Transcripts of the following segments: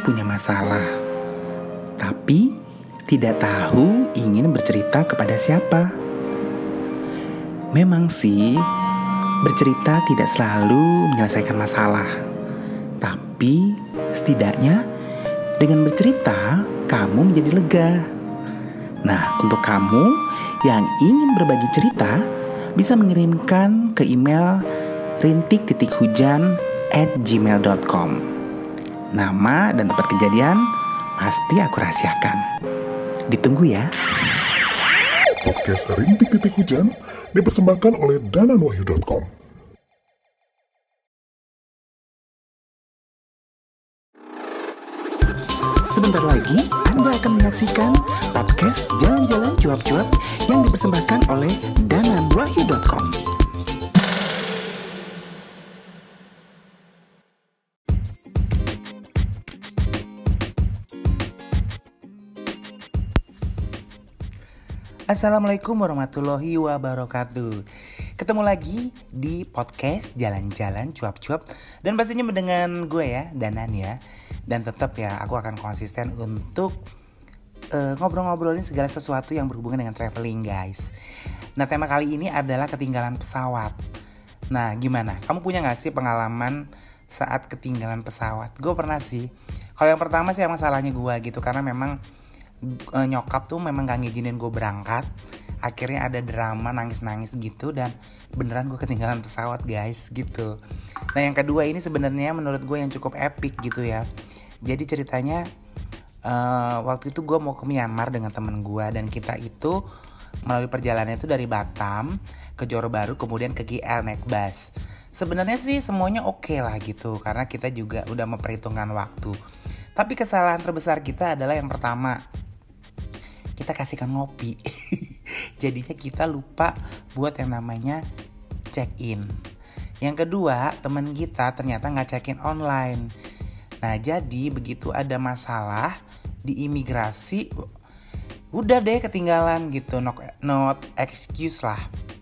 punya masalah, tapi tidak tahu ingin bercerita kepada siapa. Memang sih, bercerita tidak selalu menyelesaikan masalah, tapi setidaknya dengan bercerita kamu menjadi lega. Nah, untuk kamu yang ingin berbagi cerita, bisa mengirimkan ke email rintik.hujan@gmail.com. Nama dan tempat kejadian pasti aku rahasiakan. Ditunggu ya. Podcast Rintik Titik Hujan dipersembahkan oleh dananwahyu.com. Sebentar lagi Anda akan menyaksikan podcast Jalan-Jalan Cuap-Cuap yang dipersembahkan oleh dananwahyu.com. Assalamualaikum warahmatullahi wabarakatuh. Ketemu lagi di podcast Jalan-Jalan Cuap-Cuap. Dan pastinya dengan gue ya, Danan ya. Dan tetap ya, aku akan konsisten untuk ngobrol-ngobrolin segala sesuatu yang berhubungan dengan traveling guys. Nah, tema kali ini adalah ketinggalan pesawat. Nah, gimana? Kamu punya gak sih pengalaman saat ketinggalan pesawat? Gue pernah sih. Kalau yang pertama sih yang masalahnya gue gitu, karena memang nyokap tuh memang gak ngizinin gue berangkat. Akhirnya ada drama nangis-nangis gitu, dan beneran gue ketinggalan pesawat guys gitu. Nah, yang kedua ini sebenarnya menurut gue yang cukup epic gitu ya. Jadi ceritanya waktu itu gue mau ke Myanmar dengan temen gue, dan kita itu melalui perjalanan itu dari Batam ke Johor Bahru kemudian ke KL naik bus. Sebenarnya sih semuanya oke lah gitu, karena kita juga udah memperhitungkan waktu. Tapi kesalahan terbesar kita adalah yang pertama, kita kasihkan ngopi. Jadinya kita lupa buat yang namanya check-in. Yang kedua, teman kita ternyata gak check-in online. Nah, jadi begitu ada masalah di imigrasi, udah deh ketinggalan gitu, not excuse lah.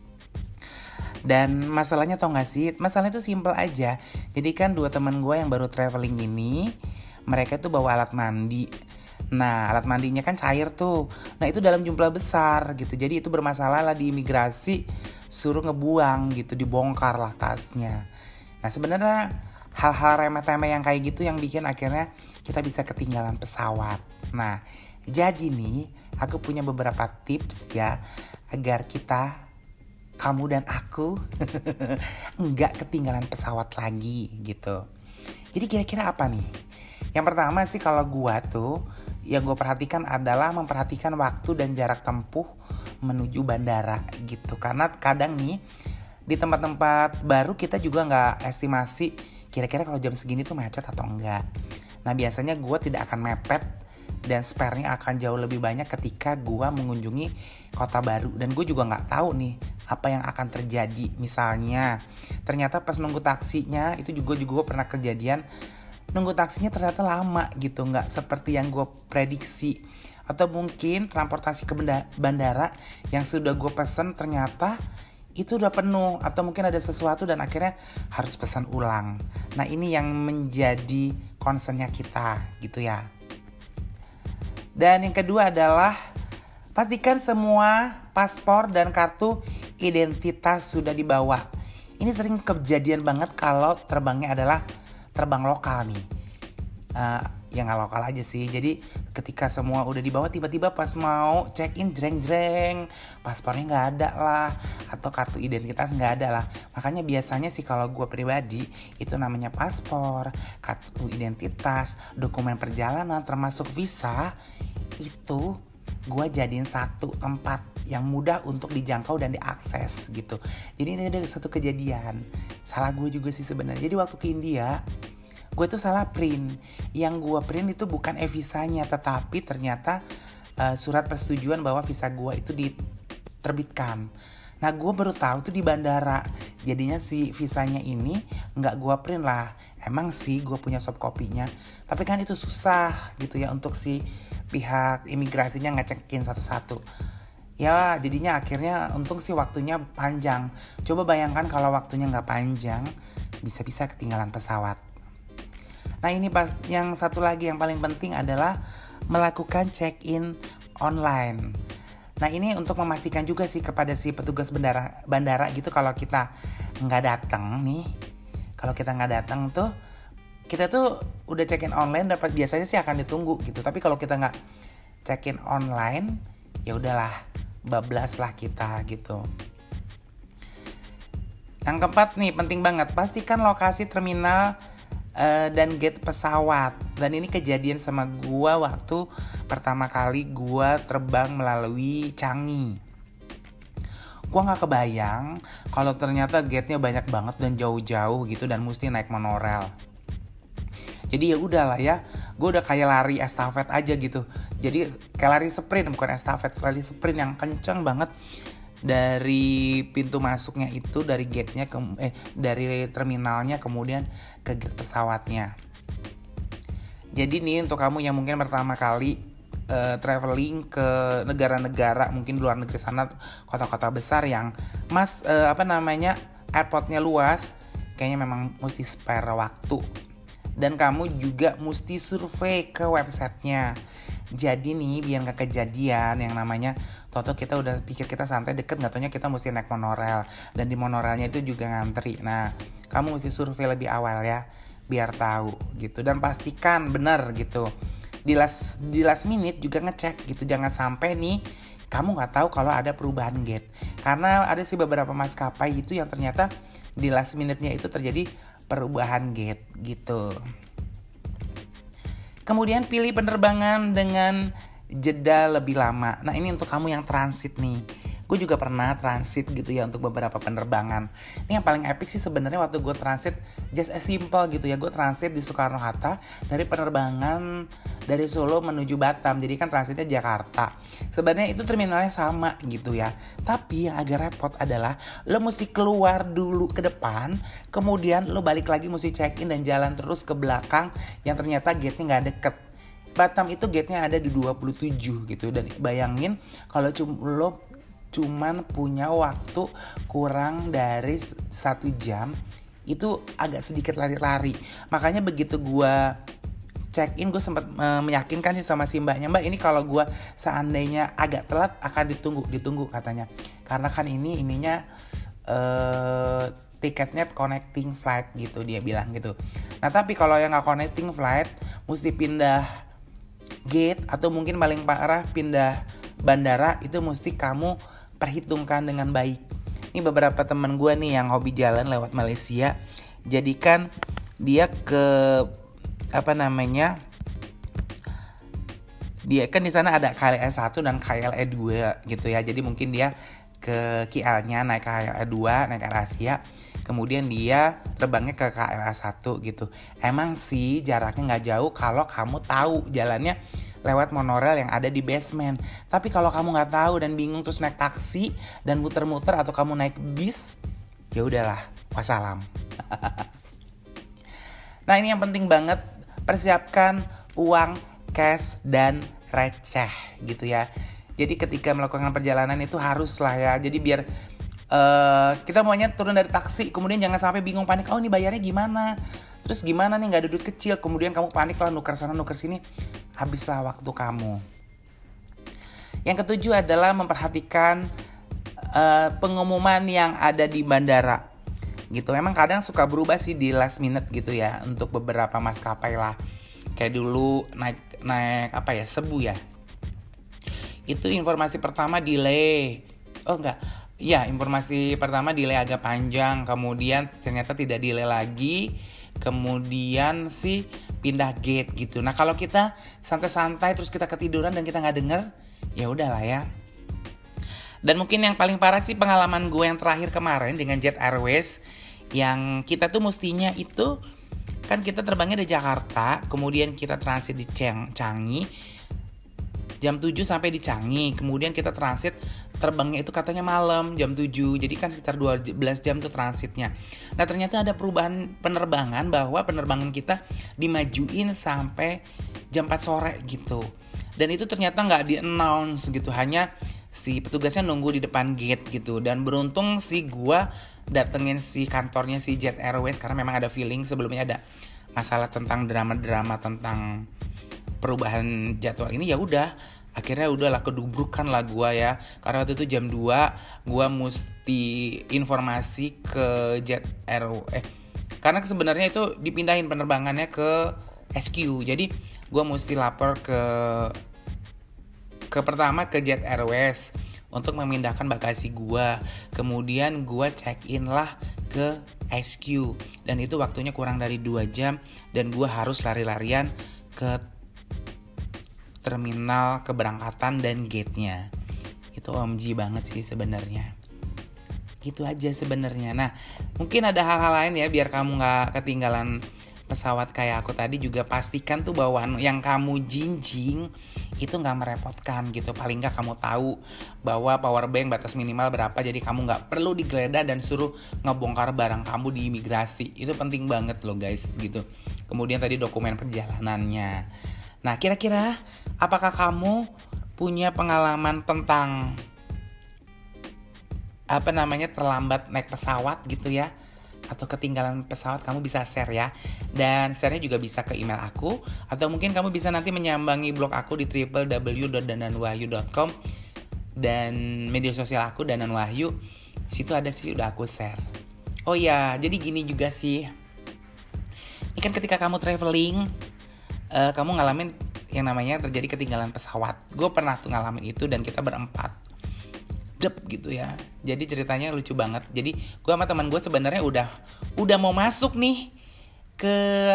Dan masalahnya tau gak sih, masalahnya tuh simple aja. Jadi kan dua teman gue yang baru traveling ini, mereka tuh bawa alat mandi. Nah, alat mandinya kan cair tuh. Nah, itu dalam jumlah besar gitu. Jadi itu bermasalah lah di imigrasi, suruh ngebuang gitu, dibongkar lah tasnya. Nah, sebenarnya hal-hal remeh-temeh yang kayak gitu yang bikin akhirnya kita bisa ketinggalan pesawat. Nah, jadi nih aku punya beberapa tips ya agar kamu dan aku enggak ketinggalan pesawat lagi gitu. Jadi kira-kira apa nih? Yang pertama sih kalau gua tuh yang gue perhatikan adalah memperhatikan waktu dan jarak tempuh menuju bandara gitu. Karena kadang nih di tempat-tempat baru kita juga gak estimasi kira-kira kalau jam segini tuh macet atau enggak. Nah, biasanya gue tidak akan mepet dan spare-nya akan jauh lebih banyak ketika gue mengunjungi kota baru. Dan gue juga gak tahu nih apa yang akan terjadi. Misalnya ternyata pas nunggu taksinya itu juga pernah kejadian, nunggu taksinya ternyata lama gitu, nggak seperti yang gue prediksi. Atau mungkin transportasi ke bandara yang sudah gue pesen ternyata itu udah penuh, atau mungkin ada sesuatu dan akhirnya harus pesan ulang. Nah, ini yang menjadi concernnya kita gitu ya. Dan yang kedua adalah pastikan semua paspor dan kartu identitas sudah dibawa. Ini sering kejadian banget kalau terbangnya adalah terbang lokal nih. Ya gak lokal aja sih. Jadi ketika semua udah dibawa, tiba-tiba pas mau check-in jreng-jreng, paspornya gak ada lah, atau kartu identitas gak ada lah. Makanya biasanya sih kalau gue pribadi, itu namanya paspor, kartu identitas, dokumen perjalanan termasuk visa, itu gue jadiin satu tempat yang mudah untuk dijangkau dan diakses gitu. Jadi ini ada satu kejadian, salah gue juga sih sebenarnya. Jadi waktu ke India, gue tuh salah print. Yang gue print itu bukan e-visanya, tetapi ternyata surat persetujuan bahwa visa gue itu diterbitkan. Nah, gue baru tahu tuh di bandara. Jadinya si visanya ini nggak gue print lah. Emang sih gue punya soft copy-nya, tapi kan itu susah gitu ya untuk si pihak imigrasinya ngecekin satu-satu. Ya jadinya akhirnya untung sih waktunya panjang. Coba bayangkan kalau waktunya nggak panjang, bisa-bisa ketinggalan pesawat. Nah ini pas yang satu lagi yang paling penting adalah melakukan check-in online. Nah ini untuk memastikan juga sih kepada si petugas bandara gitu kalau kita nggak datang nih. Kalau kita nggak datang tuh, kita tuh udah check-in online dapat biasanya sih akan ditunggu gitu. Tapi kalau kita nggak check-in online, ya udahlah, bablas lah kita gitu. Yang keempat nih penting banget, pastikan lokasi terminal dan gate pesawat. Dan ini kejadian sama gua waktu pertama kali gua terbang melalui Changi. Gua nggak kebayang kalau ternyata gate-nya banyak banget dan jauh-jauh gitu dan mesti naik monorail. Jadi ya udahlah ya, gue udah kayak lari estafet aja gitu. Jadi kayak lari sprint, bukan estafet, lari sprint yang kenceng banget dari pintu masuknya itu, dari gate-nya dari terminalnya kemudian ke gate pesawatnya. Jadi nih untuk kamu yang mungkin pertama kali traveling ke negara-negara mungkin luar negeri sana, kota-kota besar yang airportnya luas, kayaknya memang mesti spare waktu. Dan kamu juga mesti survei ke websitenya. Jadi nih biar gak kejadian yang namanya toto kita udah pikir kita santai deket, gak taunya kita mesti naik monorail. Dan di monorailnya itu juga ngantri. Nah kamu mesti survei lebih awal ya, biar tahu gitu. Dan pastikan benar gitu. Di last minute juga ngecek gitu. Jangan sampai nih kamu gak tahu kalau ada perubahan gate. Karena ada sih beberapa maskapai itu yang ternyata di last minute-nya itu terjadi perubahan gate gitu. Kemudian pilih penerbangan dengan jeda lebih lama. Nah ini untuk kamu yang transit nih. Gue juga pernah transit gitu ya untuk beberapa penerbangan. Ini yang paling epic sih sebenarnya waktu gue transit, just as simple gitu ya. Gue transit di Soekarno-Hatta dari penerbangan dari Solo menuju Batam. Jadi kan transitnya Jakarta. Sebenarnya itu terminalnya sama gitu ya. Tapi yang agak repot adalah lo mesti keluar dulu ke depan, kemudian lo balik lagi mesti check-in dan jalan terus ke belakang yang ternyata gate-nya gak deket. Batam itu gate-nya ada di 27 gitu. Dan bayangin kalau lo cuman punya waktu kurang dari 1 jam, itu agak sedikit lari-lari. Makanya begitu gue check in, gue sempat meyakinkan sih sama si mbaknya, mbak ini kalau gue seandainya agak telat akan ditunggu katanya, karena kan ininya tiketnya connecting flight gitu, dia bilang gitu. Nah tapi kalau yang nggak connecting flight mesti pindah gate atau mungkin paling parah pindah bandara, itu mesti kamu perhitungkan dengan baik. Ini beberapa teman gue nih yang hobi jalan lewat Malaysia, jadi kan dia ke dia kan di sana ada KLE 1 dan KLE 2 gitu ya. Jadi mungkin dia ke KL-nya naik KLE 2, naik AirAsia, kemudian dia terbangnya ke KLE 1 gitu. Emang sih jaraknya nggak jauh kalau kamu tahu jalannya lewat monorail yang ada di basement. Tapi kalau kamu nggak tahu dan bingung terus naik taksi dan muter-muter atau kamu naik bis, ya udahlah, wassalam. Nah ini yang penting banget, persiapkan uang cash dan receh gitu ya. Jadi ketika melakukan perjalanan itu haruslah ya. Jadi biar kita maunya turun dari taksi, kemudian jangan sampai bingung panik, oh ini bayarnya gimana? Terus gimana nih nggak ada duit kecil, kemudian kamu panik lah nuker sana nuker sini, habislah waktu kamu. Yang ketujuh adalah memperhatikan pengumuman yang ada di bandara gitu. Memang kadang suka berubah sih di last minute gitu ya untuk beberapa maskapai lah. Kayak dulu naik Cebu ya. Itu informasi pertama delay. Informasi pertama delay agak panjang, kemudian ternyata tidak delay lagi. Kemudian sih pindah gate gitu. Nah kalau kita santai-santai terus kita ketiduran dan kita nggak denger, ya udahlah ya. Dan mungkin yang paling parah sih pengalaman gue yang terakhir kemarin dengan Jet Airways, yang kita tuh mestinya itu kan kita terbangnya dari Jakarta, kemudian kita transit di Changi jam 7 sampai di Changi, kemudian kita transit terbangnya itu katanya malam jam 7, jadi kan sekitar 12 jam tuh transitnya. Nah ternyata ada perubahan penerbangan, bahwa penerbangan kita dimajuin sampai jam 4 sore gitu. Dan itu ternyata gak di-announce gitu, hanya si petugasnya nunggu di depan gate gitu. Dan beruntung sih gue datengin si kantornya si Jet Airways, karena memang ada feeling sebelumnya ada masalah tentang drama-drama tentang perubahan jadwal ini, ya udah akhirnya udahlah kedubrukan lah gue ya. Karena waktu itu jam 2 gue mesti informasi ke karena sebenarnya itu dipindahin penerbangannya ke SQ. Jadi gue mesti lapor pertama ke Jet Airways untuk memindahkan bagasi gue. Kemudian gue check in lah ke SQ, dan itu waktunya kurang dari 2 jam, dan gue harus lari-larian ke terminal keberangkatan dan gate-nya. Itu OMG banget sih sebenarnya. Gitu aja sebenarnya. Nah, mungkin ada hal-hal lain ya biar kamu gak ketinggalan pesawat kayak aku tadi. Juga pastikan tuh bawaan yang kamu jinjing itu gak merepotkan gitu. Paling gak kamu tahu bahwa power bank batas minimal berapa, jadi kamu gak perlu digeledah dan suruh ngebongkar barang kamu di imigrasi. Itu penting banget loh guys gitu. Kemudian tadi dokumen perjalanannya. Nah, kira-kira apakah kamu punya pengalaman tentang terlambat naik pesawat gitu ya, atau ketinggalan pesawat? Kamu bisa share ya, dan share-nya juga bisa ke email aku, atau mungkin kamu bisa nanti menyambangi blog aku di www.dananwahyu.com dan media sosial aku Danan Wahyu. Situ ada sih, udah aku share. Oh ya, jadi gini juga sih. Ini kan ketika kamu traveling, kamu ngalamin yang namanya terjadi ketinggalan pesawat. Gue pernah tuh ngalamin itu, dan kita berempat gitu ya. Jadi ceritanya lucu banget. Jadi gue sama teman gue sebenarnya udah mau masuk nih ke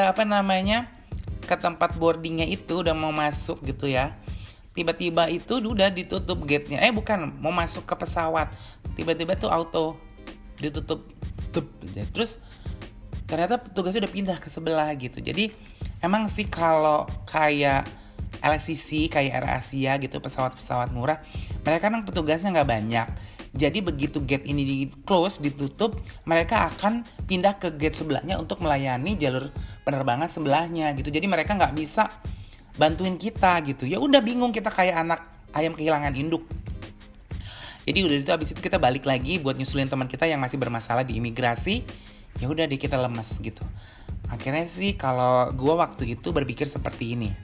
ke tempat boardingnya itu, udah mau masuk gitu ya. Tiba-tiba itu udah ditutup gate-nya. Bukan, mau masuk ke pesawat. Tiba-tiba tuh auto ditutup. Terus ternyata petugasnya udah pindah ke sebelah gitu. Jadi emang sih kalau kayak LCC, kayak AirAsia gitu, pesawat-pesawat murah, mereka kan petugasnya nggak banyak. Jadi begitu gate ini ditutup, mereka akan pindah ke gate sebelahnya untuk melayani jalur penerbangan sebelahnya gitu. Jadi mereka nggak bisa bantuin kita gitu. Ya udah bingung kita kayak anak ayam kehilangan induk. Jadi udah itu, abis itu kita balik lagi buat nyusulin teman kita yang masih bermasalah di imigrasi. Ya udah deh, kita lemes gitu. Akhirnya sih kalau gue waktu itu berpikir seperti ini.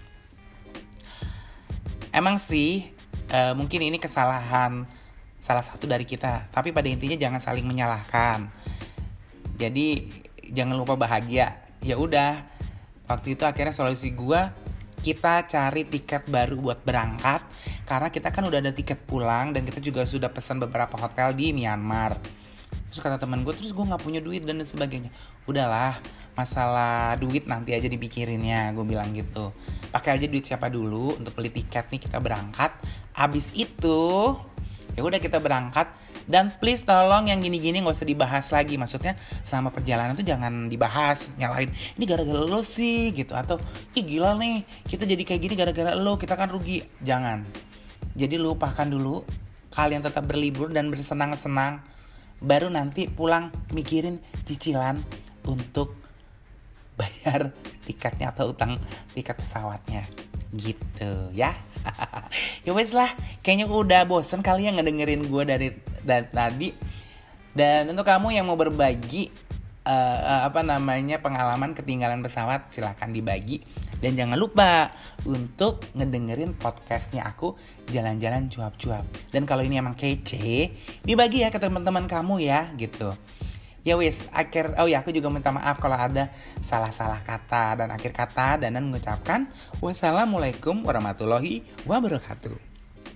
Emang sih mungkin ini kesalahan salah satu dari kita, tapi pada intinya jangan saling menyalahkan. Jadi jangan lupa bahagia. Ya udah, waktu itu akhirnya solusi gue, kita cari tiket baru buat berangkat, karena kita kan udah ada tiket pulang dan kita juga sudah pesan beberapa hotel di Myanmar. Terus kata teman gue, terus gue nggak punya duit dan sebagainya. Udahlah, masalah duit nanti aja dipikirinnya, gue bilang gitu. Pakai aja duit siapa dulu untuk beli tiket nih, kita berangkat. Abis itu ya udah kita berangkat, dan please tolong yang gini-gini nggak usah dibahas lagi. Maksudnya selama perjalanan tuh jangan dibahas, nyalain ini gara-gara lo sih gitu, atau ih gila nih kita jadi kayak gini gara-gara lo, kita kan rugi. Jangan. Jadi lupakan dulu, kalian tetap berlibur dan bersenang-senang. Baru nanti pulang mikirin cicilan untuk bayar tiketnya atau utang tiket pesawatnya gitu ya. Ya wes lah, kayaknya udah bosen kali ya ngedengerin gue dari tadi. Dan untuk kamu yang mau berbagi pengalaman ketinggalan pesawat, silakan dibagi. Dan jangan lupa untuk ngedengerin podcastnya aku, Jalan-Jalan Cuap-Cuap. Dan kalau ini emang kece, dibagi ya ke teman-teman kamu ya gitu. Ya wis, aku juga minta maaf kalau ada salah-salah kata dan akhir kata. Danan mengucapkan wassalamualaikum warahmatullahi wabarakatuh.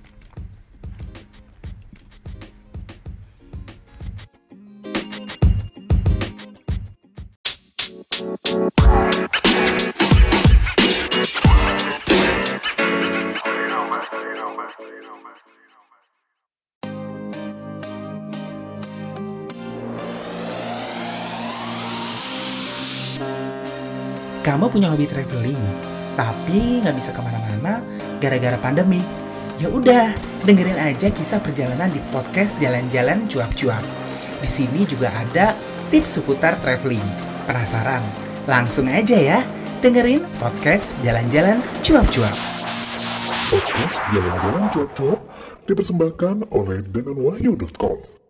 Kamu punya hobi traveling, tapi nggak bisa kemana-mana gara-gara pandemi. Ya udah, dengerin aja kisah perjalanan di podcast Jalan-Jalan Cuap-Cuap. Di sini juga ada tips seputar traveling. Penasaran? Langsung aja ya, dengerin podcast Jalan-Jalan Cuap-Cuap. Podcast Jalan-Jalan Cuap-Cuap dipersembahkan oleh dananwahyu.com.